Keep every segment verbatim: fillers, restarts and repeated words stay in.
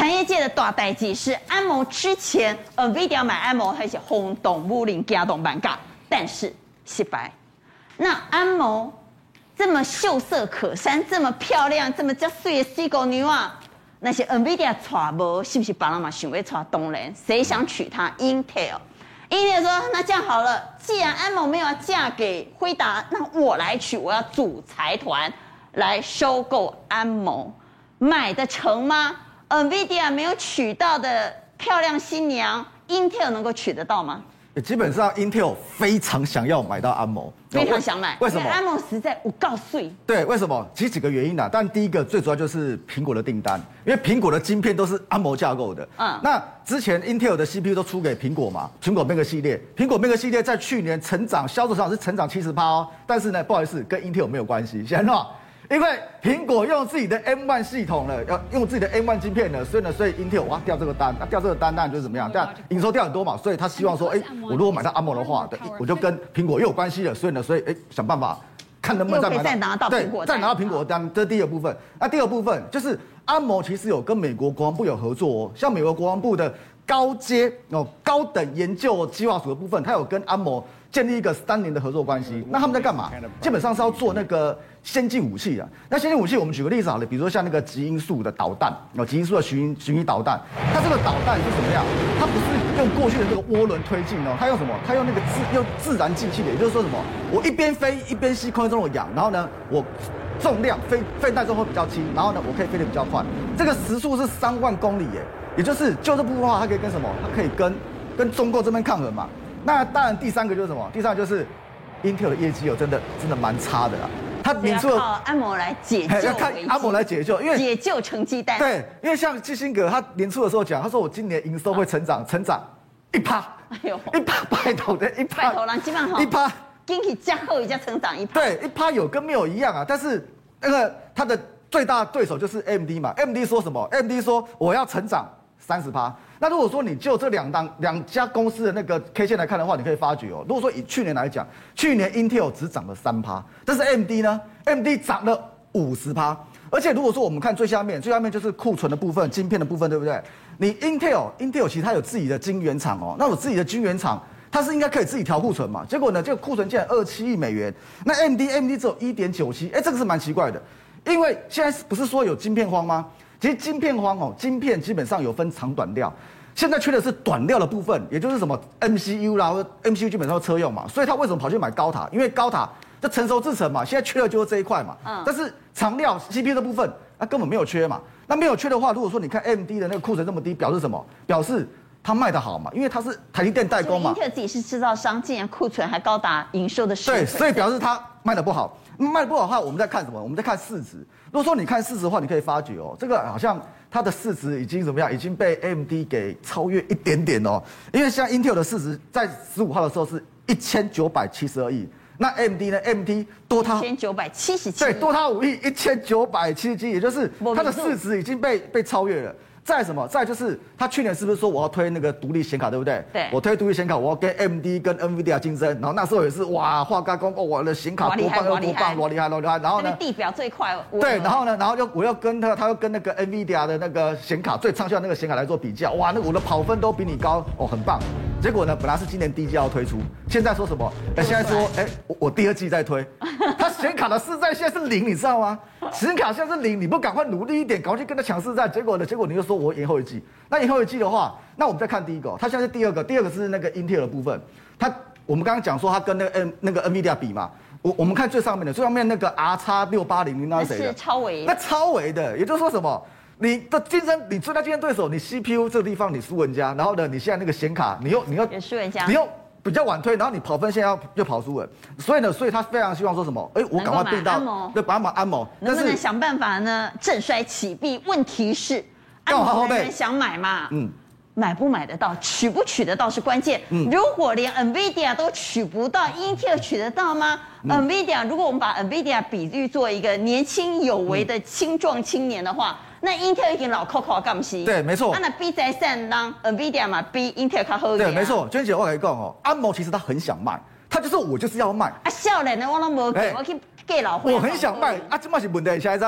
产业界的大代志是安谋之前 ，NVIDIA 买安谋还是轰动武林加动板价，但是失败。那安谋这么秀色可餐，这么漂亮，这么叫水的水狗女啊，那些 NVIDIA 娶无是不是别人嘛想要娶东人？谁想娶她 ？Intel。Intel 说：“那这样好了，既然安谋没有要嫁给辉达，那我来娶，我要组财团来收购安谋，买得成吗 ？NVIDIA 没有娶到的漂亮新娘 ，Intel 能够娶得到吗？” 基本上 Intel 非常想要买到安谋， 非常想买。 为什么？ 安谋实在无告税。 对，为什么？其实几个原因啦，但第一个最主要就是苹果的订单，因为苹果的晶片都是安谋架构的。嗯，那之前 Intel 的 C P U 都出给苹果嘛，苹果 Mac 系列，苹果 Mac 系列在去年成长销售上是成长 百分之七十 哦，但是呢，不好意思，跟 Intel 没有关系，现在呢。因为苹果用自己的 M 一 系统了，要用自己的 M 一 晶片了，所以呢，所以 Intel 我要调这个单，那调这个单当然就是怎么样？但营收掉很多嘛，所以他希望说，哎，我如果买到安谋的话，对，我就跟苹果又有关系了，所以呢，所以哎，想办法看能不能再买到， 再拿到苹果， 对，再拿到苹果的单，这是第一个部分。那第二个部分就是安谋其实有跟美国国防部有合作哦，像美国国防部的高阶哦高等研究计划署的部分，它有跟安谋建立一个三年的合作关系。那他们在干嘛？基本上是要做那个先进武器啊。那先进武器，我们举个例子好了，比如说像那个极音速的导弹，哦，极音速的巡巡弋导弹，它这个导弹是什么样？它不是用过去的这个涡轮推进哦，它用什么？它用那个自用自然进气的，也就是说什么？我一边飞一边吸空气中的氧，然后呢，我重量飞飞带重会比较轻，然后呢，我可以飞得比较快。这个时速是三万公里耶，也就是就这部分的话，它可以跟什么？它可以跟跟中共这边抗衡嘛。那当然，第三个就是什么？第三个就是 Intel 的业绩哦，真的真的蛮差的啦。他年初要靠安谋来解救， 要看安谋来解救，因为解救成绩单。 对，因为像基辛格他年初的时候讲，他说我今年营收会成长，成长一趴，哎呦，一趴拜托的一趴， 拜托人基本上一趴， 经济加厚一下成长一趴。 对，一趴有跟没有一样啊，但是那个他的最大的对手就是 A M D 嘛 ，A M D 说什么 ？A M D 说我要成长三十趴。那如果说你就这两档两家公司的那个 K 线来看的话，你可以发觉哦，如果说以去年来讲，去年 Intel 只涨了三趴，但是 A M D 呢 ，A M D 涨了五十趴，而且如果说我们看最下面，最下面就是库存的部分、晶片的部分，对不对？你 Intel Intel 其实它有自己的晶圆厂哦，那有自己的晶圆厂，它是应该可以自己调库存嘛？结果呢，这个库存竟然二七亿美元，那 A M D A M D 只有一点九七，哎，这个是蛮奇怪的，因为现在不是说有晶片荒吗？其实晶片荒哦，晶片基本上有分长短料，现在缺的是短料的部分，也就是什么 M C U 啦，或 M C U 基本上车用嘛，所以他为什么跑去买高塔？因为高塔这成熟制程嘛，现在缺的就是这一块嘛。嗯。但是长料 C P U 的部分，那根本没有缺嘛。那没有缺的话，如果说你看 A M D 的那个库存这么低，表示什么？表示它卖得好嘛，因为它是台积电代工嘛。 Intel 自己是制造商，竟然库存还高达营收的十。 对，所以表示它卖得不好。卖得不好的话，我们在看什么？我们在看市值。如果说你看市值的话，你可以发觉哦，这个好像它的市值已经怎么样？已经被 A M D 给超越一点点哦。因为像 Intel 的市值在十五号的时候是一千九百七十二亿，那 A M D 呢 ？A M D 多它一千九百七十七， 对，多它五亿，一千九百七十七，也就是它的市值已经被被超越了。再什么？再就是他去年是不是说我要推那个独立显卡，对不对？ 对。 我推独立显卡，我要跟 A M D 跟 NVIDIA 竞争。然后那时候也是哇，画嘎工哦，我的显卡多棒又多棒，多厉害多厉害。然后呢？ 地表最快。 对，然后呢？然后又我要跟他，他又跟那个 NVIDIA 的那个显卡最畅销那个显卡来做比较。哇，那我的跑分都比你高哦，很棒。结果呢，本来是今年第一季要推出，现在说什么？哎，现在说哎，我我第二季在推。他显卡的市占现在是零，你知道吗？显卡现在是零，你不赶快努力一点，赶快去跟他抢市占。结果呢？结果你又说我延后一季。那延后一季的话，那我们再看第一个，它现在是第二个，第二个是那个 Intel 的部分。它我们刚刚讲说它跟那个 N 那个 NVIDIA 比嘛，我我们看最上面的，最上面那个 R X 六八零零那是谁的？ 是超微。 那超微的，也就是说什么？你的竞争，你最大竞争对手，你 C P U 这个地方你输人家，然后呢，你现在那个显卡，你又你又也输人家， 你又比较晚推，然后你跑分现在要又跑输了，所以呢，所以他非常希望说什么？哎，我赶快并到，对，把它买安谋， 能不能想办法呢？振衰起弊？问题是安谋人想买嘛？嗯。买不买得到，取不取得到是关键。嗯、如果连 NVIDIA 都取不到 ，Intel 取得到吗、嗯、？NVIDIA 如果我们把 NVIDIA 比喻做一个年轻有为的青壮青年的话，嗯、那 Intel 已经老扣扣干不西。 对，没错。 那比在上让 NVIDIA 嘛比 Intel 较好一点、啊。 对，没错。娟姐，我跟你讲哦，安谋其实他很想卖，他就是我就是要卖。 啊，少年的我都没给，欸、我去给老会。 我很想卖啊，这嘛是问题，现在知道不？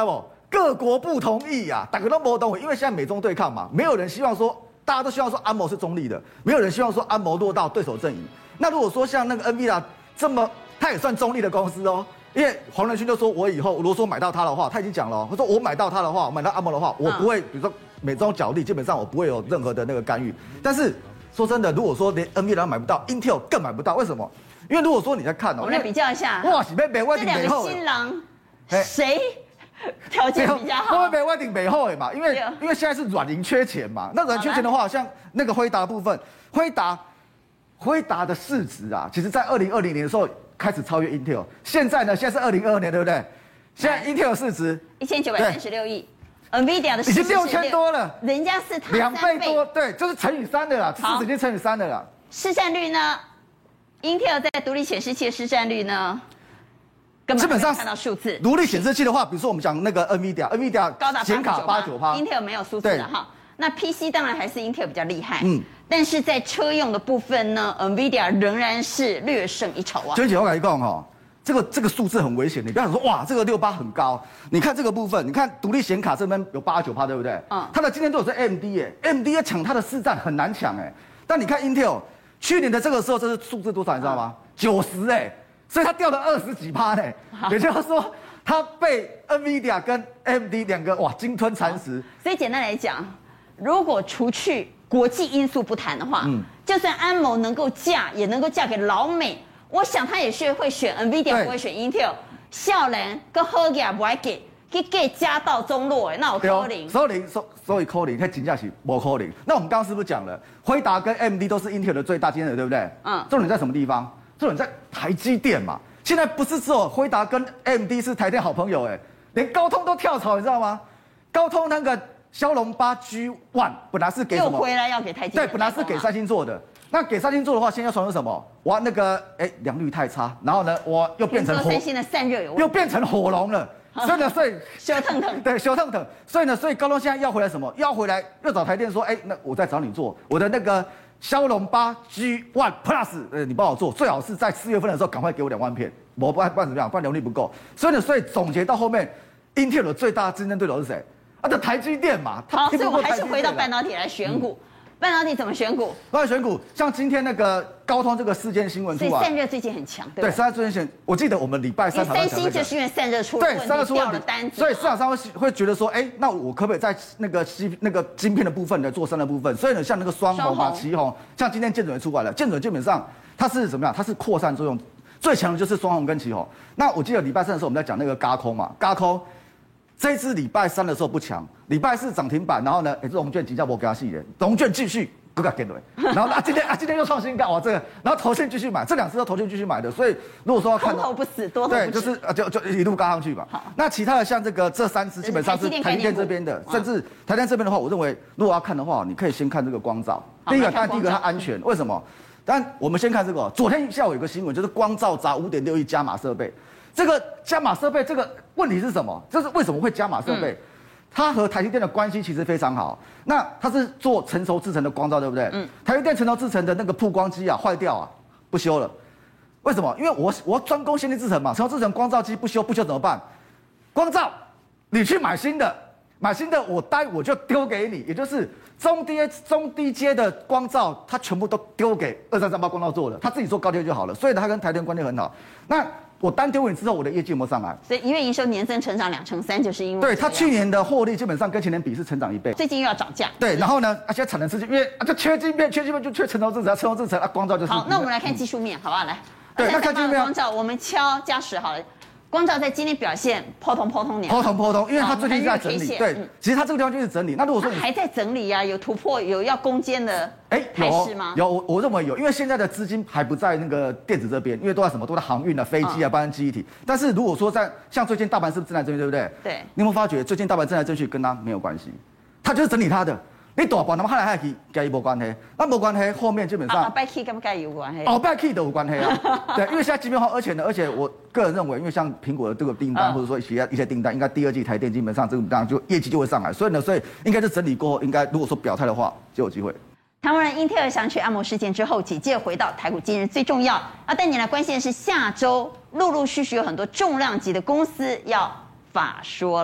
各国不同意啊，大家都不同意，因为现在美中对抗嘛，没有人希望说，大家都希望说安谋是中立的，没有人希望说安谋落到对手阵营。那如果说像那个 NVIDIA 这么，他也算中立的公司哦，因为黄仁勋就说，我以后如果说买到它的话，他已经讲了，他说我买到它的话，我买到安谋的话，我不会，比如说美中角力，基本上我不会有任何的那个干预。但是说真的，如果说连 NVIDIA 买不到 ，Intel 更买不到，为什么？因为如果说你在看哦， 我们来比较一下， 哇，是被北外这两个新郎谁条件比较好？ 都会被外顶北后嘛，因为因为现在是软银缺钱嘛，那软缺钱的话，像那个辉达部分，辉达辉达的市值啊，其实在二零二零年的时候开始超越 Intel， 现在呢，现在是二零二二年，对不对？现在 Intel 的市值一千九百三十六亿 ，NVIDIA 的市值已经六千多了， 人家是两倍多，对，就是乘以三的啦，市值已经乘以三的啦。 市占率呢 ？Intel 在独立显示器的市占率呢？ 基本上看到数字， 独立显示器的话，比如说我们讲那个 NVIDIA，NVIDIA 高达显卡八九趴 ，Intel 没有数字了哈。那 P C 当然还是 Intel 比较厉害， 嗯， 但是在车用的部分呢 ，NVIDIA 仍然是略胜一筹啊。 娟姐，我跟你讲哈，这个这个数字很危险，你不要想说哇，这个六八很高，你看这个部分，你看独立显卡这边有八九趴，对不对？嗯，它的今天都有是 A M D 耶 ，A M D 要抢它的市占很难抢哎，但你看 Intel 去年的这个时候，这是数字多少，你知道吗？九十哎。所以它掉了二十几趴呢，也就是说，它被 NVIDIA 跟 A M D 两个哇鲸吞蚕食。 所以简单来讲，如果除去国际因素不谈的话，嗯，就算安谋能够嫁，也能够嫁给老美，我想他也是会选 NVIDIA， 不会选 Intel。少年跟好嘢不爱给，去给家道中落哎，那我可能。 所以所所以可能，它真正是不可能。那我们刚刚是不是讲了，辉达跟 A M D 都是 Intel 的最大竞争者，对不对？嗯。重点在什么地方？重点在台积电嘛，现在不是只有辉达跟 A M D 是台电好朋友哎，连高通都跳槽，你知道吗？高通那个骁龙八 G 一本来是给什么？ 又回来要给台积电， 对，本来是给三星做的。那给三星做的话，现在要传成什么？哇，那个哎良率太差，然后呢，我又变成火， 三星的散热有问题， 又变成火龙了。所以呢，所以修腾腾， 对，修腾腾。所以呢，所以高通现在要回来什么？要回来又找台电说，哎，那我再找你做我的那个。骁龙八 G 一 Plus， 呃，你帮我做，最好是在四月份的时候赶快给我两万片，我不然不然怎么样，不然良率不够。所以呢，所以总结到后面 ，Intel 的最大竞争对手是谁？啊，这台积电嘛。 好，所以我还是回到半导体来选股。嗯半导体怎么选股？ 半导体选股，像今天那个高通这个事件新闻出来， 所以散热最近很强，对对，散热最近，我记得我们礼拜三因为三星就是因为散热出了问题，掉了单子， 所以市场上会会觉得说，哎，那我可不可以在那个芯那个晶片的部分来做散热部分？所以呢，像那个双鸿啊、奇宏，像今天建准也出来了，建准基本上它是怎么样？它是扩散作用最强的就是双鸿跟奇宏。那我记得礼拜三的时候我们在讲那个嘎空嘛，嘎空。这一次礼拜三的时候不强，礼拜四涨停板，然后呢，哎，这融券急叫我给它细的，融券继续各个给对，然后啊今天啊今天又创新高，哇这个，然后投信继续买，这两次都投信继续买的，所以如果说要看空头不死，多头不对，就是啊就就一路嘎上去吧。好，那其他的像这个这三只基本上是台积电这边的，甚至台积电这边的话，我认为如果要看的话，你可以先看这个光罩。第一个，当然第一个它安全，为什么？但我们先看这个，昨天下午有个新闻，就是光罩砸五点六亿加码设备。这个加码设备，这个问题是什么？就是为什么会加码设备？嗯、它和台积电的关系其实非常好。那它是做成熟制程的光罩，对不对？嗯。台积电成熟制程的那个曝光机啊，坏掉啊，不修了。为什么？因为我我专攻先进制程嘛，成熟制程光罩机不修，不修怎么办？光罩，你去买新的，买新的我单我就丢给你，也就是中低中低阶的光罩，它全部都丢给二三三八光罩做了，他自己做高阶就好了。所以它跟台积电关系很好。那我单丢给你之后，我的业绩有没有上来？ 所以一月营收年增成长两成三，就是因为对它去年的获利基本上跟前年比是成长一倍。 最近又要涨价。 对，然后呢，而且产能刺激，因为啊就缺晶片，缺晶片就缺成熟制程，成熟制程啊光罩就是。 好，那我们来看技术面，嗯、好不好？来， 对，那看技术面。 光罩，我们敲加十好了。光罩在今天表现破通破通， 破通破通，因为它最近在整理。对，嗯、其实它这个地方就是整理。那如果说还在整理啊，有突破，有要攻坚的，哎，还是吗？ 有，我我认为有，因为现在的资金还不在那个电子这边，因为都在什么，都在航运啊、飞机啊、包含记忆体。但是如果说在像最近大盘是不是正来正去，对不对？ 对。 你有没有发觉最近大盘正来正去跟它没有关系？它就是整理它的。你大盘那么看来看去，跟伊无关系，那无关系，后面基本上后摆起跟跟有关系， 后摆起都有关系啊。对，因为现在基本上，而且呢，而且我个人认为，因为像苹果的这个订单，或者说其他一些订单，应该第二季台电基本上这个当然就业绩就会上来，所以呢，所以应该是整理过后，应该如果说表态的话，就有机会。 谈完了英特尔想取安谋事件之后，紧接着回到台股今日最重要啊，带你来关心的是下周陆陆续续有很多重量级的公司要法说了。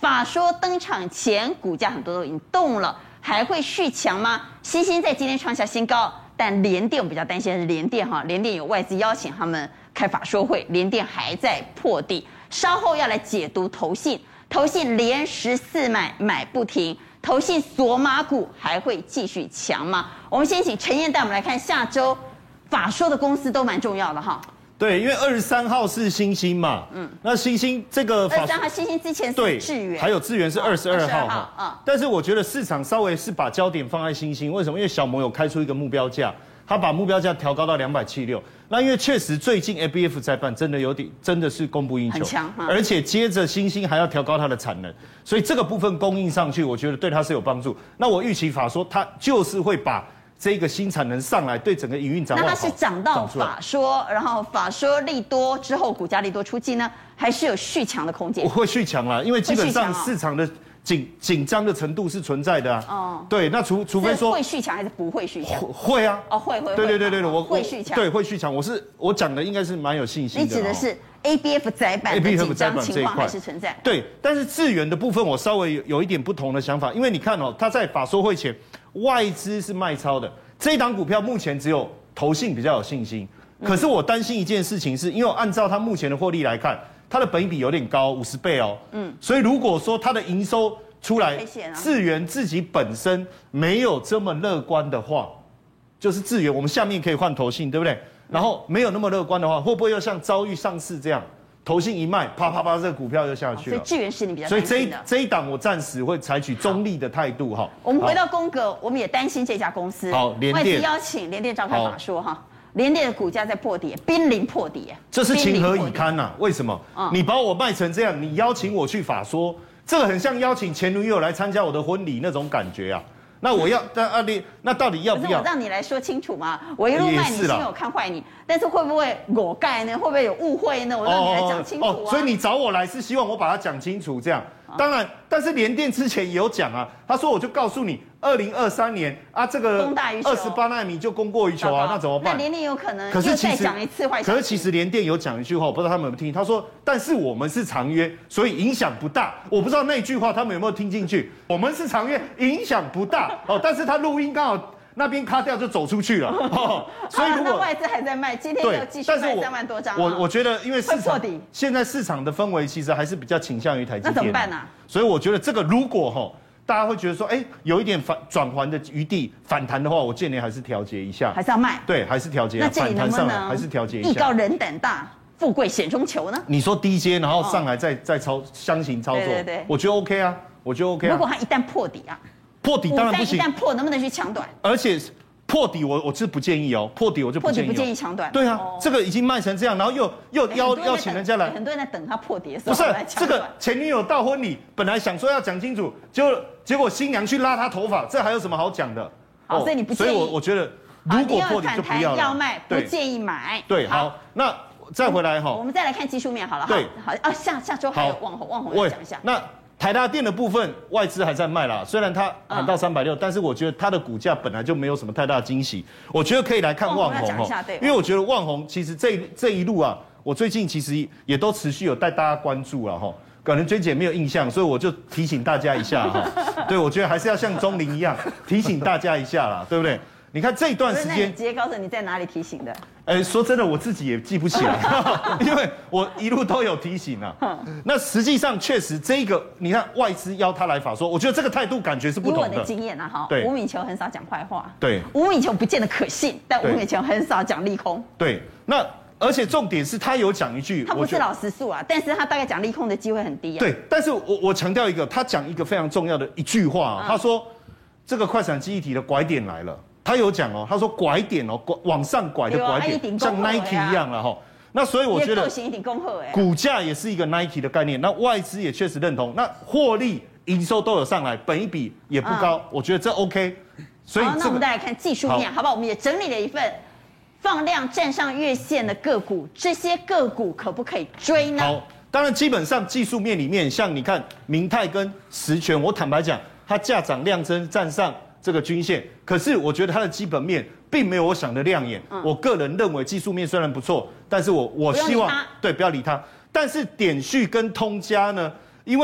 法说登场前，股价很多都已经动了，还会续强吗？新兴在今天创下新高，但联电我比较担心的是联电哈，联电有外资邀请他们开法说会，联电还在破底，稍后要来解读投信，投信连十四买买不停。投信索马股还会继续强吗？我们先请陈燕带我们来看下周法说的公司都蛮重要的哈。 对，因为二十三号是星星嘛，嗯，那星星这个二十三号星星之前是智源， 还有智源是二十二号哈， 嗯， 但是我觉得市场稍微是把焦点放在星星，为什么？因为小摩有开出一个目标价，他把目标价调高到两百七十六。那因为确实最近 A B F 在办，真的有点真的是供不应求， 很强， 而且接着星星还要调高它的产能，所以这个部分供应上去，我觉得对它是有帮助。那我预期法说它就是会把这个新产能上来，对整个营运展望好。 那它是涨到法说，然后法说利多之后，股价利多出尽呢，还是有续强的空间？ 我会续强啦，因为基本上市场的紧紧张的程度是存在的啊。哦，对，那除除非说会续强还是不会续强？ 会啊。 哦，会会。 对对对对对，我会续强。 对，会续强。我是我讲的应该是蛮有信心的。 你指的是 A B F 载板的紧张情况还是存在？ 对，但是智源的部分我稍微有有一点不同的想法，因为你看哦，它在法说会前外资是卖超的，这一档股票目前只有投信比较有信心。可是我担心一件事情是，因为我按照它目前的获利来看，它的本益比有点高，五十倍哦。嗯，所以如果说它的营收出来，智源自己本身没有这么乐观的话，就是智源我们下面可以换投信，对不对？然后没有那么乐观的话，会不会又像遭遇上市这样，投信一卖，啪啪啪，这个股票就下去了？ 所以智源是你比较担心的。所以这一这一档我暂时会采取中立的态度哈。 我们回到宫格，我们也担心这家公司。 好，联电外资邀请联电召开法说哈。联电的股价在破底，濒临破底， 这是情何以堪呐、啊？为什么？嗯、你把我卖成这样，你邀请我去法说，这个很像邀请前女友来参加我的婚礼那种感觉啊。那我要，那啊你那到底要不要？ 可是我让你来说清楚嘛，我一路卖你，是因为我看坏你，但是会不会裸盖呢？会不会有误会呢？我让你来讲清楚、啊哦哦。 所以你找我来是希望我把它讲清楚，这样。当然，但是联电之前也有讲啊，他说我就告诉你，二零二三年啊，这个二十八纳米就供过于求啊，那怎么办？ 那联电有可能又再讲一次坏消息。 可是其实联电有讲一句话，我不知道他们有没有听，他说，但是我们是长约，所以影响不大。我不知道那句话他们有没有听进去。我们是长约，影响不大哦，但是他录音刚好。那边卡掉就走出去了，哦、所以如果、 啊、外资还在卖，今天又继续卖三万多张、啊。 我我觉得，因为市场现在市场的氛围其实还是比较倾向于台积电。 那怎么办呢、啊？ 所以我觉得这个如果哈，大家会觉得说，哎，有一点反转环的余地，反弹的话，我建议还是调节一下， 还是要卖。 对，还是调节。 那这里能不能还是调节一下？ 艺高人胆大，富贵险中求呢？ 你说低阶，然后上来再、哦、再操箱型操作， 对对对， 我觉得 OK 啊，我觉得 OK 啊。 如果它一旦破底啊， 破底当然不行。 一旦破，能不能去抢短？ 而且。破底我我是不建议哦，破底我就不建议、哦。 破底不建议抢短。 对啊，哦、这个已经卖成这样，然后又又邀邀请人家来， 很多人在等他破底的时候。 不是这个前女友到婚礼，本来想说要讲清楚，结果结果新娘去拉他头发，这还有什么好讲的？ 好，所以你不建议。 所以我我觉得如果破底就不要了。 要卖不建议买。 对，好，那再回来哈， 我们再来看技术面好了。 对， 好啊，下下周还有旺宏，旺宏来讲一下。 那。台达电的部分外资还在卖啦，虽然它喊到三百六，但是我觉得它的股价本来就没有什么太大惊喜，我觉得可以来看旺宏哈，因为我觉得旺宏其实这这一路啊，我最近其实也都持续有带大家关注了哈，可能娟姐没有印象，所以我就提醒大家一下哈，对，我觉得还是要像钟林一样提醒大家一下啦，对不对？你看这一段时间， 直接告诉你在哪里提醒的。 哎，说真的，我自己也记不起来，因为我一路都有提醒啊。那实际上确实这个，你看外资邀他来法说，我觉得这个态度感觉是不同的。 以我的经验啊，哈，吴敏球很少讲坏话。 对， 吴敏球不见得可信，但吴敏球很少讲利空。 对，那而且重点是他有讲一句， 他不是老实数啊，但是他大概讲利空的机会很低啊。 对，但是我我强调一个，他讲一个非常重要的一句话啊，他说这个快闪记忆体的拐点来了。他有讲哦，他说拐点哦，拐往上拐的拐点，像 Nike 一样了哈。那所以我觉得股价也是一个 Nike 的概念。那外资也确实认同，那获利、营收都有上来，本益比也不高，我觉得这 OK。所以好，那我们再来看技术面，好不好？我们也整理了一份放量站上月线的个股，这些个股可不可以追呢？ 好，当然基本上技术面里面，像你看明泰跟实权，我坦白讲，它价涨量增站上这个均线，可是我觉得它的基本面并没有我想的亮眼。嗯、我个人认为技术面虽然不错，但是我我希望对不要理它。但是点序跟通家呢，因为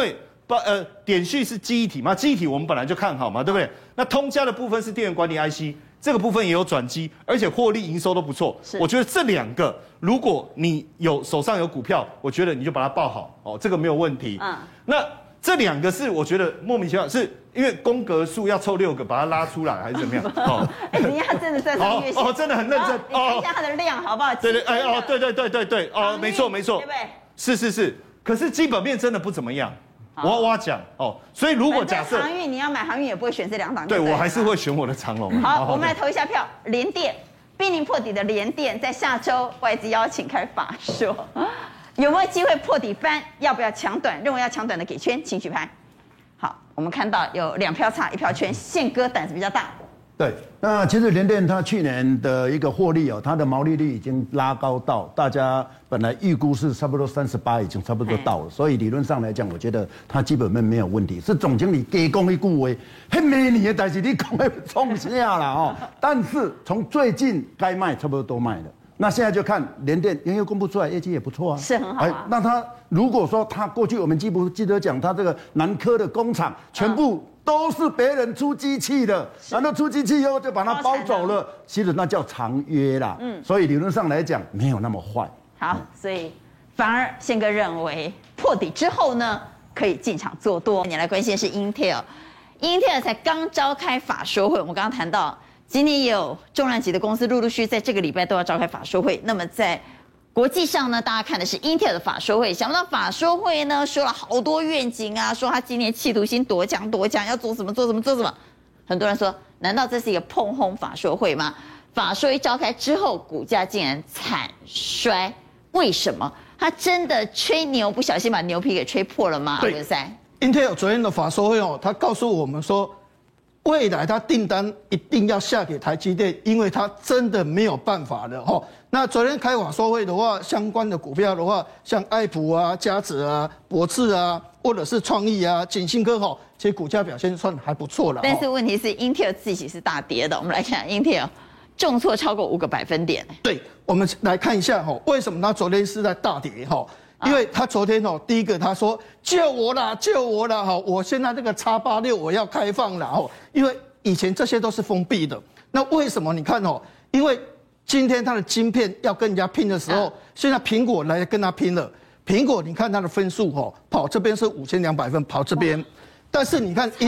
不呃点序是记忆体嘛，记忆体我们本来就看好嘛，对不对？那通家的部分是电源管理 I C。这个部分也有转机，而且获利营收都不错。我觉得这两个，如果你有手上有股票，我觉得你就把它抱好哦，这个没有问题。嗯，那这两个是我觉得莫名其妙，是因为宫格数要凑六个把它拉出来，还是怎么样？哦， 哎，人家真的在上月线哦，真的很认真。 你看一下它的量好不好？ 对对，哎哦，对对对对对，哦，没错没错， 对不对？ 是是是，可是基本面真的不怎么样。我要我要讲哦，所以如果假设航运你要买航运也不会选这两档， 对我还是会选我的长荣。 好，我们来投一下票，联电濒临破底的联电，在下周外资邀请开法说，有没有机会破底翻？要不要抢短？认为要抢短的给圈，请举牌。好，我们看到有两票差一票圈，宪哥胆子比较大。 对，那其实联电它去年的一个获利哦，它的毛利率已经拉高到大家本来预估是差不多三十八，已经差不多到了，所以理论上来讲，我觉得它基本面没有问题。是总经理给讲一句话，迄每年的代志你讲的冲下了哦。但是从最近该卖差不多都卖了，那现在就看联电营业公布出来，业绩也不错啊， 是很好啊。 那它如果说它过去我们记不记得讲，它这个南科的工厂全部。都是别人出机器的，然后出机器以后就把它包走了，其实那叫长约啦。嗯，所以理论上来讲没有那么坏。 好，所以反而宪哥认为破底之后呢，可以进场做多。你来关心的是 Intel，Intel 才刚召开法说会，我们刚刚谈到，今年也有重量级的公司陆陆续在这个礼拜都要召开法说会。那么在国际上呢，大家看的是 Intel 的法说会，想不到法说会呢说了好多愿景啊，说他今年企图心多强多强，要做什么做什么做什么。很多人说，难道这是一个碰轰法说会吗？法说一召开之后，股价竟然惨衰，为什么？他真的吹牛不小心把牛皮给吹破了吗？文山 ，Intel 昨天的法说会哦，他告诉我们说，未来他订单一定要下给台积电，因为他真的没有办法了哈。那昨天开法说会的话，相关的股票的话，像爱普啊、嘉泽啊、博智啊，或者是创意啊、景信科哈，其实股价表现算还不错了。 但是问题是 ，Intel 自己是大跌的。我们来看 Intel 重挫超过五个百分点。 对，我们来看一下哈，为什么它昨天是在大跌哈？因为他昨天哦，第一个他说救我啦，救我啦哈！我现在这个 X 八六我要开放了哦，因为以前这些都是封闭的。那为什么？你看哦，因为今天它的晶片要跟人家拼的时候，现在苹果来跟他拼了。苹果你看它的分数哦，跑这边是五千两百分，跑这边。但是你看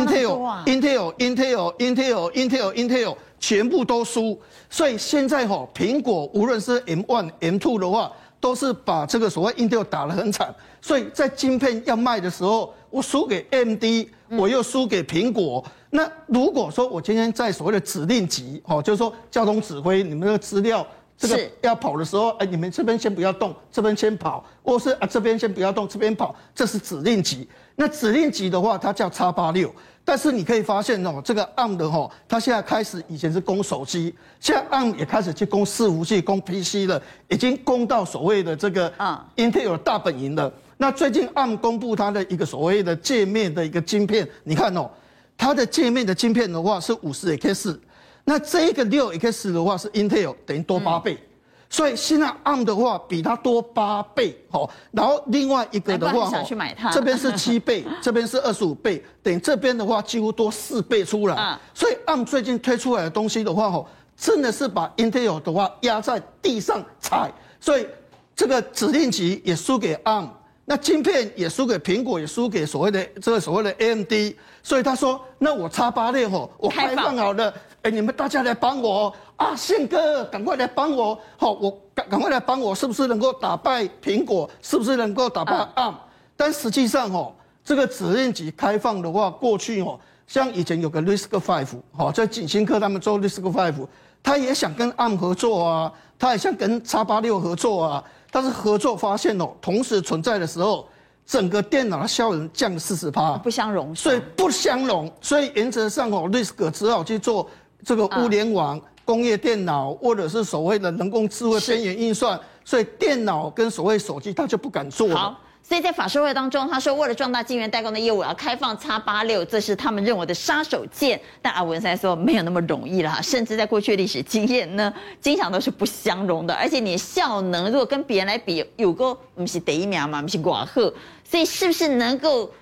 Intel、Intel、Intel、Intel、Intel、Intel 全部都输，所以现在哈，苹果无论是 M 一、M 二 的话，都是把这个所谓 Intel 打得很惨。所以在晶片要卖的时候，我输给 A M D， 我又输给苹果。那如果说我今天在所谓的指令集，哦，就是说交通指挥，你们的资料这个要跑的时候，哎，你们这边先不要动，这边先跑，或是啊这边先不要动，这边跑，这是指令集。那指令集的话，它叫 X 八六，但是你可以发现哦，这个 A R M 的哈，它现在开始以前是攻手机，现在 A R M 也开始去攻伺服器、攻 P C 了，已经攻到所谓的这个 Intel 的大本营了。那最近 A R M 公布它的一个所谓的界面的一个晶片，你看哦，它的界面的晶片的话是五十 X， 那这个六 X 的话是 Intel 等于多八倍。嗯，所以现在 A R M 的话比它多八倍，哦，然后另外一个的话，这边是七倍，这边是二十五倍，等于这边的话几乎多四倍出来。啊，所以 A R M 最近推出来的东西的话，哦，真的是把 Intel 的话压在地上踩，所以这个指令集也输给 A R M， 那晶片也输给苹果，也输给所谓的这个所谓的 A M D， 所以他说，那我 X 八六哦，我开放好了。哎，你们大家来帮我啊！宪哥，赶快来帮我！好，我赶赶快来帮我，是不是能够打败苹果？是不是能够打败 A R M？、嗯、但实际上哦，这个指令集开放的话，过去哦，像以前有个 Risk Five， 哦，在景星科他们做 Risk Five， 他也想跟 A R M 合作啊，他也想跟 X 八六合作啊，但是合作发现哦，同时存在的时候，整个电脑的效能降四十趴， 不相容， 所以不相容，所以原则上哦 ，Risk 只好去做这个物联网、嗯、工业电脑，或者是所谓的人工智慧边缘运算，所以电脑跟所谓手机他就不敢做了。 好，所以在法说会当中，他说为了壮大晶圆代工的业务，要开放 X 八六，这是他们认为的杀手锏。但阿文山说没有那么容易啦，甚至在过去历史经验呢，经常都是不相容的。而且你的效能如果跟别人来比，有个不是第一名嘛，不是寡赫，所以是不是能够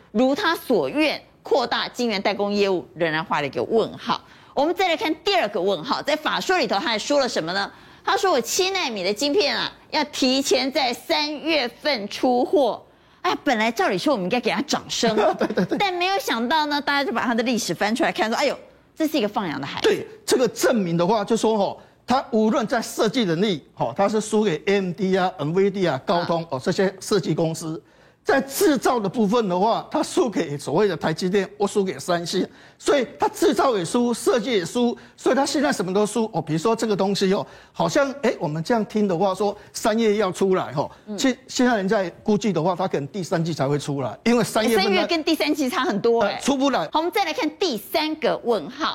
如他所愿扩大晶圆代工业务，仍然画了一个问号。我们再来看第二个问号，在法说里头他还说了什么呢？他说我七奈米的晶片啊，要提前在三月份出货。哎，本来照理说我们应该给他掌声，对对对，但没有想到呢，大家就把他的历史翻出来看，说，哎呦，这是一个放羊的孩子。 对，这个证明的话，就说哦，他无论在设计能力，哦，他是输给 A M D 啊、N V I D I A 啊、高通哦这些设计公司。在制造的部分的话，他输给所谓的台积电，我输给三星，所以他制造也输，设计也输，所以他现在什么都输哦。比如说这个东西哦，好像哎，我们这样听的话说三月要出来哈，现现在人在估计的话，他可能第三季才会出来，因为三月份三月跟第三季差很多哎、 呃，出不来。 好，我们再来看第三个问号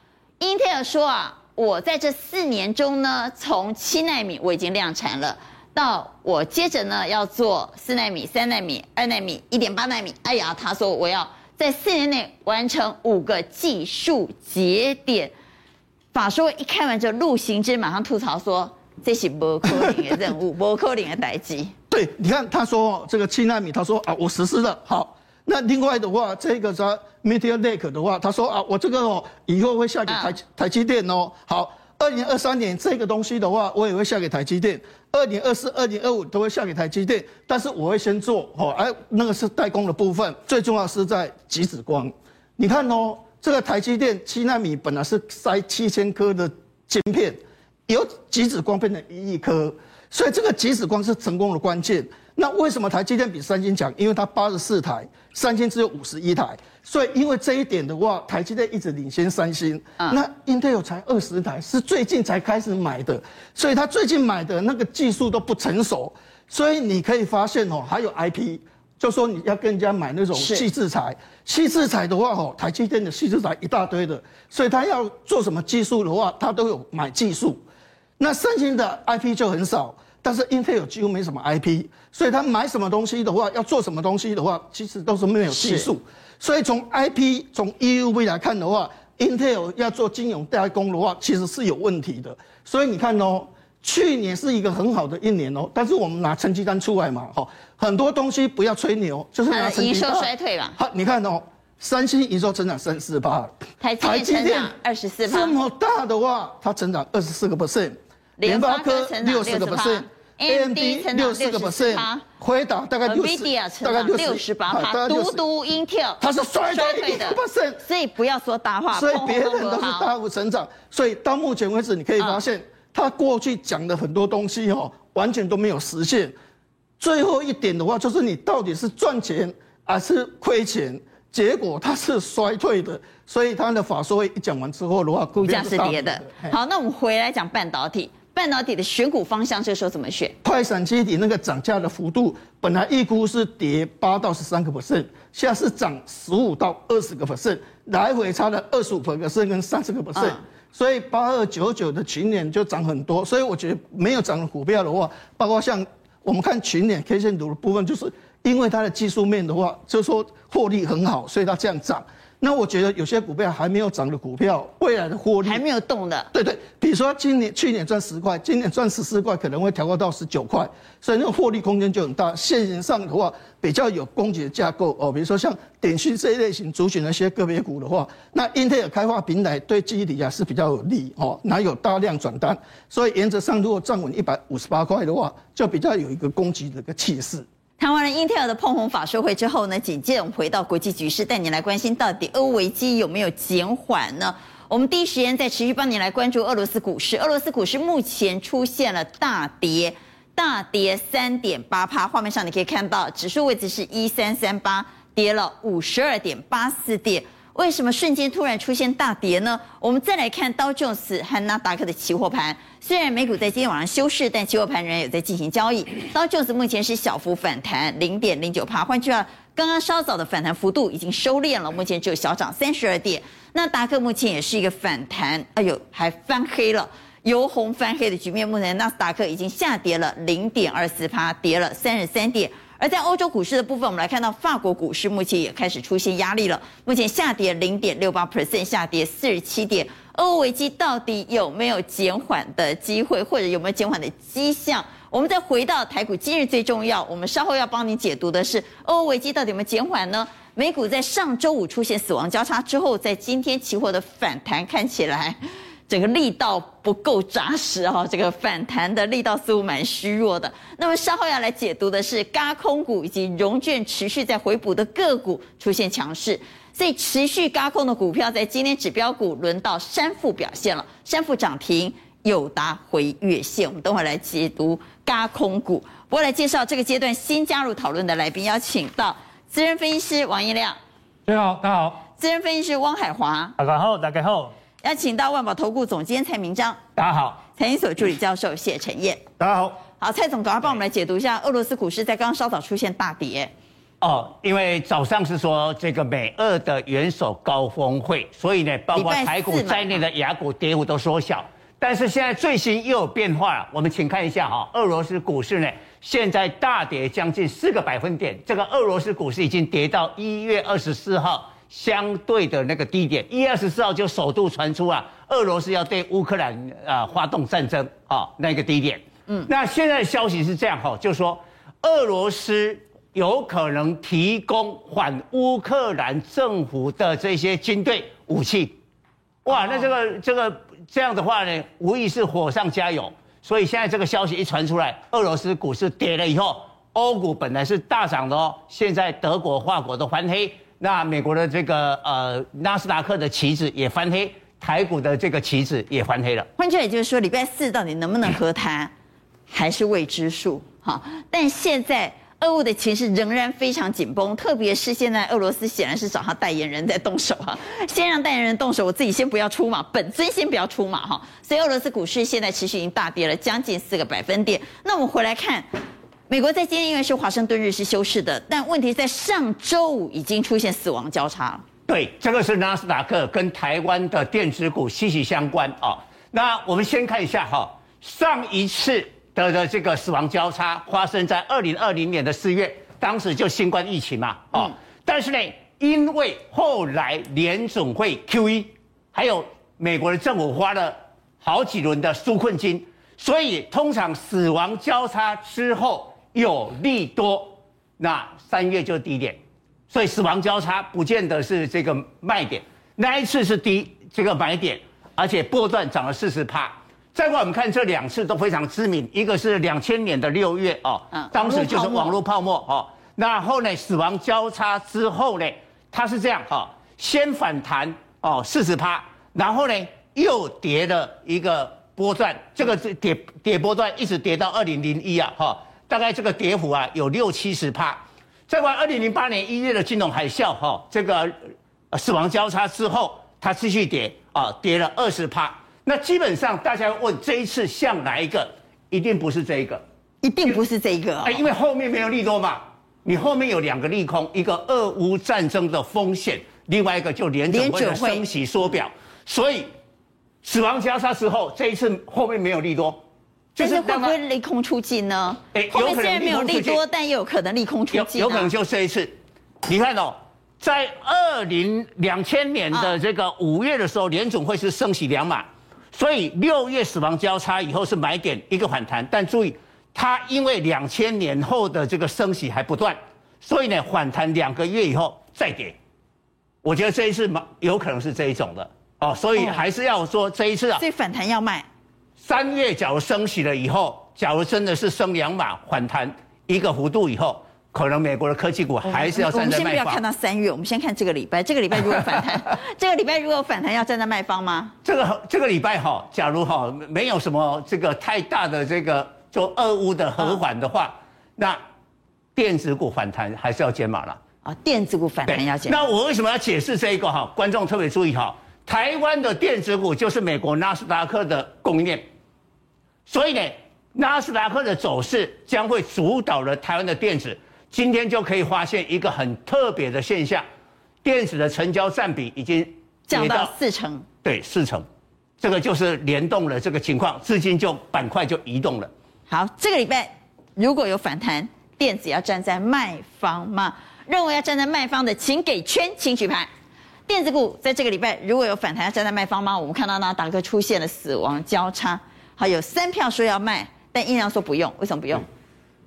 ，Intel 说啊，我在这四年中呢，从七奈米我已经量产了。到我接着呢要做四奈米、三奈米、二奈米、一点八奈米。哎呀，他说我要在四年内完成五个技术节点。法说一开完之后，陆行之马上吐槽说：“这是不可能的任务，不可能的代志。” 对，你看他说这个七奈米，他说啊我实施了好。那另外的话，这个啥 Meteor Lake 的话，他说啊我这个哦以后会下给台、嗯、台积电哦。好，二零二三年这个东西的话，我也会下给台积电。二零二四、二零二五都会下给台积电，但是我会先做哦，哎，那个是代工的部分，最重要是在极紫光。你看哦，这个台积电七奈米本来是塞七千颗的晶片，由极紫光变成一亿颗，所以这个极紫光是成功的关键。那为什么台积电比三星强？因为它八十四台，三星只有五十一台，所以因为这一点的话，台积电一直领先三星。嗯、那 Intel 才二十台，是最近才开始买的，所以它最近买的那个技术都不成熟，所以你可以发现哦，还有 I P， 就说你要跟人家买那种细制材，细制材的话哦，台积电的细制材一大堆的，所以它要做什么技术的话，它都有买技术。那三星的 I P 就很少。但是 Intel 几乎没什么 I P， 所以他买什么东西的话，要做什么东西的话，其实都是没有技术。所以从 I P 从 E U V 来看的话 ，Intel 要做晶圆代工的话，其实是有问题的。所以你看哦，去年是一个很好的一年哦，但是我们拿成绩单出来嘛，哈，很多东西不要吹牛，就是拿成绩单。 营收衰退吧。 好，你看哦，三星营收成长三十四%， 台积电二十四%， 这么大的话，它成长二十四个 percent， 联发科六十个 percent。A M D 六十个 percent， 辉达大概六十， 大概六十八趴，独独 Intel 它是衰退的 percent， 所以不要说大话， 所以别人都是大幅成长，所以到目前为止，你可以发现，他过去讲的很多东西哦，完全都没有实现。最后一点的话，就是你到底是赚钱还是亏钱？结果它是衰退的，所以它的法说会一讲完之后的话， 股价是跌的。好，那我们回来讲半导体。半导体的选股方向，这时候怎么选？ 快闪基体那个涨价的幅度，本来预估是跌八到十三个 percent， 现在是涨十五到二十个 percent， 来回差了二十五 percent 跟三十个 percent，、嗯、所以八二九九的群联就涨很多。所以我觉得没有涨的股票的话，包括像我们看群联 K 线图的部分，就是因为它的技术面的话，就是说获利很好，所以它这样涨。那我觉得有些股票还没有涨的股票，未来的获利还没有动的， 对对，比如说今年去年赚十块，今年赚十四块，可能会调高到十九块，所以那个获利空间就很大。现行上的话，比较有供给的架构哦，比如说像点讯这一类型族群的一些个别股的话，那 Intel 开发平台对记忆体啊是比较有利哦，哪有大量转单，所以原则上如果站稳一百五十八块的话，就比较有一个攻击的一个气势。 谈完了 Intel 的碰红法说会之后呢，紧接着我们回到国际局势，带你来关心到底俄乌危机有没有减缓呢？我们第一时间在持续帮你来关注俄罗斯股市。俄罗斯股市目前出现了大跌，大跌三点八趴。画面上你可以看到指数位置是一三三八，跌了五十二点八四点。为什么瞬间突然出现大跌呢？我们再来看道琼斯和纳达克的期货盘，虽然美股在今天晚上休市，但期货盘仍然有在进行交易。道琼斯目前是小幅反弹零点零九趴，换句话，刚刚稍早的反弹幅度已经收敛了，目前只有小涨三十二点。纳达克目前也是一个反弹，哎呦，还翻黑了，由红翻黑的局面。目前纳斯达克已经下跌了零点二四趴，跌了三十三点。而在欧洲股市的部分，我们来看到法国股市目前也开始出现压力了，目前下跌零点六八 percent， 下跌四十七点。俄乌危机到底有没有减缓的机会，或者有没有减缓的迹象？我们再回到台股，今日最重要，我们稍后要帮你解读的是俄乌危机到底有没有减缓呢？ 美股在上周五出现死亡交叉之后，在今天期货的反弹看起来，整个力道不够扎实哈、哦，这个反弹的力道似乎蛮虚弱的。那么稍后要来解读的是，轧空股以及融券持续在回补的个股出现强势。所以持续轧空的股票，在今天指标股轮到山富表现了，山富涨停，友达回月线。我们等会来解读轧空股。不过来介绍这个阶段新加入讨论的来宾，邀请到资深分析师王一亮， 大家好，大家好， 资深分析师汪海华， 大家好，大家好， 邀请到万宝投顾总监蔡明章， 大家好， 财经所助理教授谢晨彦， 大家好。 好，蔡总，赶快帮我们来解读一下俄罗斯股市在刚刚稍早出现大跌。 哦，因为早上是说这个美俄的元首高峰会，所以呢，包括台股在内的亚股跌幅都缩小。但是现在最新又有变化了，我们请看一下哈，俄罗斯股市呢现在大跌将近四个百分点，这个俄罗斯股市已经跌到一月二十四号相对的那个低点，一月二十四号就首度传出啊，俄罗斯要对乌克兰啊、呃、发动战争啊、哦、那个低点。嗯，那现在的消息是这样哈，就是说俄罗斯有可能提供反乌克兰政府的这些军队武器，哇，那这个这个这样的话呢，无疑是火上加油。所以现在这个消息一传出来，俄罗斯股市跌了以后，欧股本来是大涨的哦，现在德国、法国都翻黑，那美国的这个呃纳斯达克的期指也翻黑，台股的这个期指也翻黑了。 换句话也就是说，礼拜四到底能不能和谈，还是未知数哈。但现在俄乌的情势仍然非常紧绷，特别是现在俄罗斯显然是找他代言人在动手哈，先让代言人动手，我自己先不要出马，本尊先不要出马哈。所以俄罗斯股市现在持续已经大跌了将近四个百分点。那我们回来看，美国在今天因为是华盛顿日是休市的，但问题在上周五已经出现死亡交叉了。 对，这个是纳斯达克跟台湾的电子股息息相关啊。那我们先看一下哈，上一次的的这个死亡交叉发生在二零二零年的四月，当时就新冠疫情嘛，哦，嗯、但是呢，因为后来联准会 Q E， 还有美国的政府花了好几轮的纾困金，所以通常死亡交叉之后有利多，那三月就低点，所以死亡交叉不见得是这个卖点，那一次是低这个买点，而且波段涨了四十趴。再过来我们看这两次都非常知名，一个是两千年的六月哦，嗯、当时就是网络泡沫哦。那后呢，死亡交叉之后呢，它是这样哈、哦，先反弹哦四十趴，然后呢又跌了一个波段，这个跌跌波段一直跌到二零零一啊哈、哦，大概这个跌幅啊有六七十趴。再过来二零零八年一月的金融海啸哈、哦，这个死亡交叉之后，它继续跌啊、哦，跌了二十趴。那基本上大家问这一次像哪一个，一定不是这一个， 一定不是这一个、哦， 哎，因为后面没有利多嘛，你后面有两个利空，一个俄乌战争的风险，另外一个就联准会的升息缩表，所以死亡交叉之后，这一次后面没有利多， 就是、但是会不会利空出尽呢？哎，后面虽然没有利多，但也有可能利空出尽、啊有，有可能就这一次，你看哦。在二零两千年的这个五月的时候，联准会是升息两码。所以六月死亡交叉以后是买点一个反弹，但注意，它因为两千年后的这个升息还不断，所以呢反弹两个月以后再跌。我觉得这一次有可能是这一种的哦，所以还是要说这一次啊， 所以反弹要卖。 三月假如升息了以后，假如真的是升两码反弹一个幅度以后。可能美国的科技股还是要站在卖方。我们先不要看到三月，我们先看这个礼拜。这个礼拜如果反弹，这个礼拜如果反弹要站在卖方吗？ 这个这个礼拜哈，假如哈没有什么这个太大的这个就俄乌的和缓的话，那电子股反弹还是要减码了。 啊，电子股反弹要减码。 那我为什么要解释这一个哈？观众特别注意哈，台湾的电子股就是美国纳斯达克的供应链，所以呢，纳斯达克的走势将会主导了台湾的电子。今天就可以发现一个很特别的现象，电子的成交占比已经降到四成， 对，四成，这个就是联动了这个情况，资金就板块就移动了。 好，这个礼拜如果有反弹，电子要站在卖方吗？认为要站在卖方的，请给圈，请举牌。电子股在这个礼拜如果有反弹，要站在卖方吗？我们看到纳达克出现了死亡交叉，好，有三票说要卖，但依然说不用，为什么不用？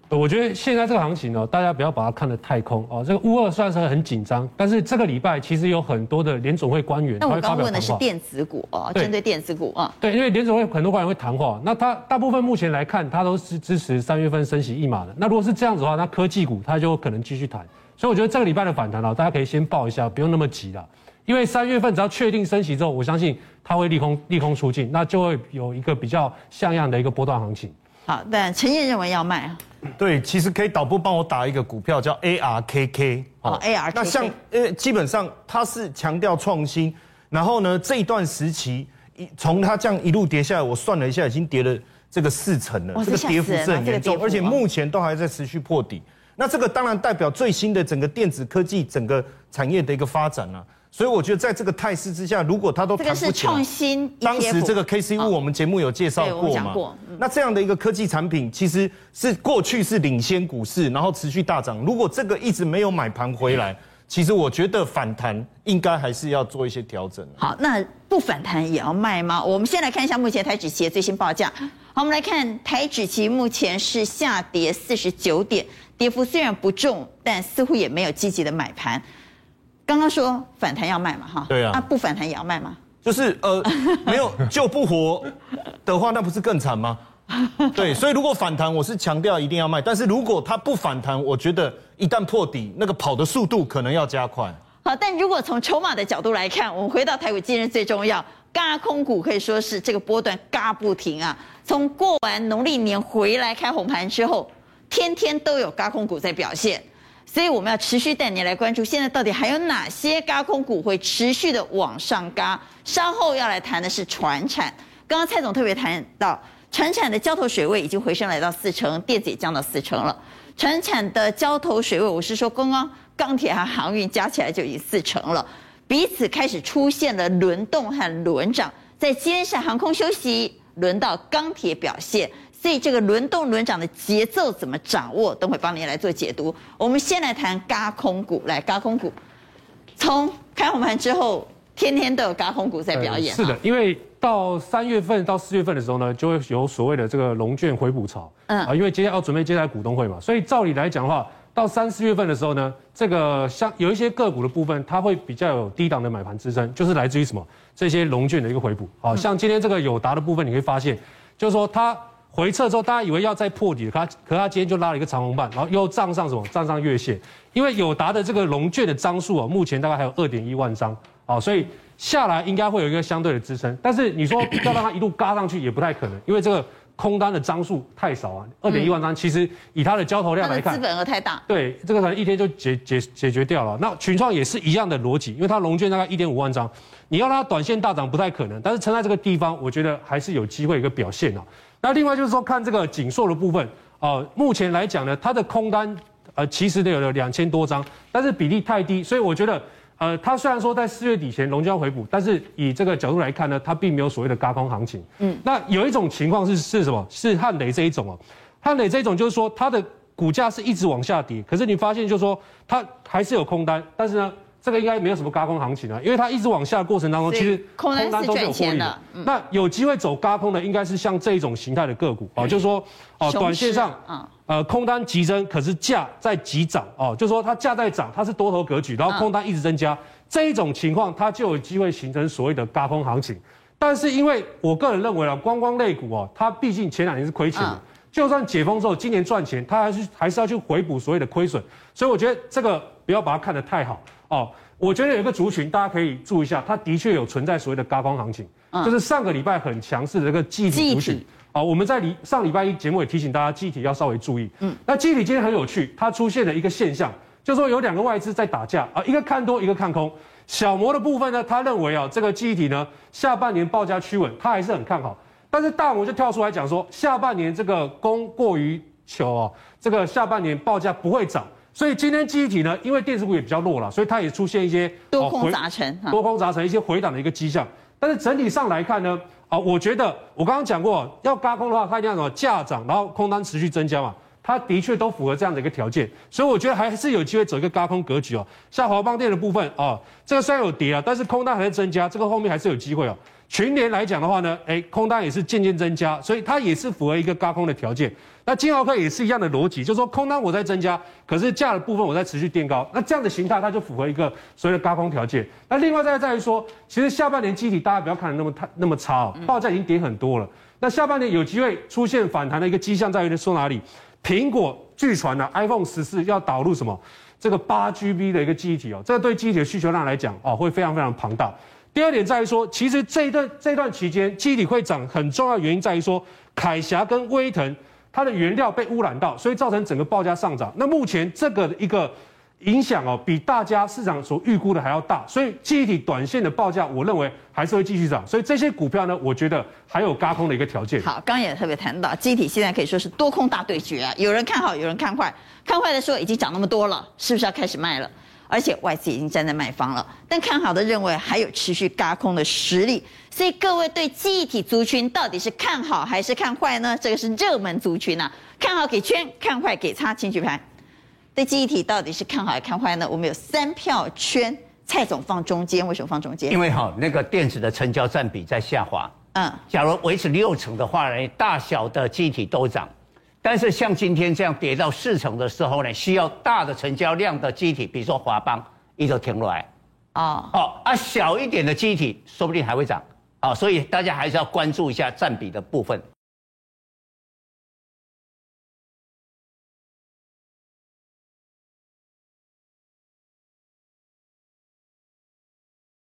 我觉得现在这个行情哦，大家不要把它看得太空哦。这个乌俄虽然是很紧张，但是这个礼拜其实有很多的联总会官员， 那我刚他会发表谈话。 问的是电子股哦，针对电子股啊。 对，因为联总会很多官员会谈话，那他大部分目前来看，他都是支持三月份升息一码的。那如果是这样子的话，那科技股它就可能继续谈。所以我觉得这个礼拜的反弹啊，大家可以先抱一下，不用那么急啦。因为三月份只要确定升息之后，我相信它会利空利空出尽，那就会有一个比较像样的一个波段行情。 好，但陈燕认为要卖啊。 对，其实可以导播帮我打一个股票叫 A R K K 哦 ，A R K K。 那像呃，基本上它是强调创新，然后呢这一段时期，一从它这样一路跌下来，我算了一下，已经跌了这个四成了，这个跌幅是很严重，而且目前都还在持续破底。那这个当然代表最新的整个电子科技整个产业的一个发展啊。所以我觉得在这个态势之下，如果它都谈不起来， 这个是创新 E T F。 当时这个 K C 五我们节目有介绍过嘛？ 过嗯、 那这样的一个科技产品，其实是过去是领先股市，然后持续大涨。如果这个一直没有买盘回来，其实我觉得反弹应该还是要做一些调整。 好，那不反弹也要卖吗？我们先来看一下目前台指期的最新报价。好，我们来看台指期目前是下跌四十九点，跌幅虽然不重，但似乎也没有积极的买盘。刚刚说反弹要卖嘛，哈， 对啊， 啊不反弹也要卖吗？ 就是呃，没有救不活的话，那不是更惨吗？对，所以如果反弹，我是强调一定要卖，但是如果它不反弹，我觉得一旦破底，那个跑的速度可能要加快。 好，但如果从筹码的角度来看，我们回到台股今日最重要，軋空股可以说是这个波段軋不停啊。从过完农历年回来开红盘之后，天天都有軋空股在表现。所以我们要持续带你来关注，现在到底还有哪些軋空股会持续的往上軋？稍后要来谈的是传产。刚刚蔡总特别谈到，传产的交投水位已经回升来到四成，电子也降到四成了。传产的交投水位，我是说刚刚钢铁和航运加起来就已经四成了，彼此开始出现了轮动和轮涨。在今天是航空休息，轮到钢铁表现。所以这个轮动轮涨的节奏怎么掌握，等会帮您来做解读。我们先来谈軋空股，来軋空股，从开红盘之后，天天都有軋空股在表演。 是的，因为到三月份到四月份的时候呢，就会有所谓的这个融券回补潮。嗯啊，因为接下来要准备接下来股东会嘛，所以照理来讲的话，到三四月份的时候呢，这个像有一些个股的部分，它会比较有低档的买盘支撑，就是来自于什么这些融券的一个回补。好，像今天这个友达的部分，你会发现，就是说它。回撤之后，大家以为要再破底，可它可它今天就拉了一个长红棒，然后又站上什么？站上月线。因为友达的这个融券的张数啊，目前大概还有二点一万张，啊，所以下来应该会有一个相对的支撑。但是你说要让它一路嘎上去也不太可能，因为这个空单的张数太少啊，二点一万张，其实以它的交投量来看， 资本额太大， 对，这个可能一天就解解解决掉了。那群创也是一样的逻辑，因为它融券大概一点五万张，你要让它短线大涨不太可能，但是撑在这个地方，我觉得还是有机会一个表现啊。那另外就是说，看这个紧缩的部分，呃，目前来讲呢，它的空单，呃，其实都有了两千多张，但是比例太低，所以我觉得，呃，它虽然说在四月底前龙就要回补，但是以这个角度来看呢，它并没有所谓的軋空行情。嗯，那有一种情况是是什么？是汉磊这一种哦，汉磊这一种就是说它的股价是一直往下跌，可是你发现就是说它还是有空单，但是呢。这个应该没有什么軋空行情啊，因为它一直往下的过程当中，其实空单都是有获利的。嗯、那有机会走軋空的，应该是像这一种形态的个股啊，就是说哦，短线上啊，呃，空单急增，可是价在急涨哦，就是说它价在涨，它是多头格局，然后空单一直增加，嗯、这一种情况它就有机会形成所谓的軋空行情。但是因为我个人认为啊，观光类股哦，它毕竟前两年是亏钱的。嗯就算解封之后，今年赚钱，它还是还是要去回补所谓的亏损，所以我觉得这个不要把它看得太好哦。我觉得有一个族群，大家可以注意一下，它的确有存在所谓的軋空行情，嗯、就是上个礼拜很强势的这个记忆体族群啊、哦。我们在礼上礼拜一节目也提醒大家，记忆体要稍微注意。嗯，那记忆体今天很有趣，它出现了一个现象，就是说有两个外资在打架啊，一个看多，一个看空。小摩的部分呢，他认为啊，这个记忆体呢下半年报价趋稳，他还是很看好。但是大摩就跳出来讲说，下半年这个供过于求哦，这个下半年报价不会涨，所以今天记忆体呢，因为电子股也比较弱了，所以它也出现一些多空杂陈、 多空杂陈一些回档的一个迹象。但是整体上来看呢，啊，我觉得我刚刚讲过，要軋空的话，它一定要什么价涨，然后空单持续增加嘛，它的确都符合这样的一个条件，所以我觉得还是有机会走一个軋空格局哦。像华邦电的部分啊，这个虽然有跌啊，但是空单还在增加，这个后面还是有机会哦。 群联来讲的话呢，哎，空单也是渐渐增加，所以它也是符合一个轧空的条件。那金豪科也是一样的逻辑，就是说空单我在增加，可是价的部分我在持续垫高，那这样的形态它就符合一个所谓的轧空条件。那另外再在于说，其实下半年基体大家不要看得那么太那么差哦，报价已经跌很多了。那下半年有机会出现反弹的一个迹象在于说哪里？苹果据传呢 ，iPhone 十四要导入什么？这个八 G B 的一个记忆体哦，这个对记忆体的需求量来讲哦，会非常非常庞大。第二点在于说，其实这一段这段期间，记忆体会涨很重要的原因在于说，凯霞跟威腾它的原料被污染到，所以造成整个报价上涨。那目前这个一个影响哦，比大家市场所预估的还要大，所以记忆体短线的报价，我认为还是会继续涨。所以这些股票呢，我觉得还有轧空的一个条件。 好，刚刚也特别谈到，记忆体现在可以说是多空大对决啊，有人看好，有人看坏。看坏的说已经涨那么多了，是不是要开始卖了？而且外资已经站在卖方了，但看好的认为还有持续轧空的实力。所以各位对记忆体族群到底是看好还是看坏呢？这个是热门族群啊，看好给圈，看坏给叉，请举牌。对记忆体到底是看好还是看坏呢？我们有三票圈，蔡总放中间，为什么放中间？ 因为哈那个电子的成交占比在下滑。 嗯， 假如维持六成的话呢，大小的记忆体都涨。但是像今天这样跌到四成的时候呢，需要大的成交量的记忆体，比如说华邦，一直停落来。 哦哦啊，小一点的记忆体说不定还会涨。啊，所以大家还是要关注一下占比的部分。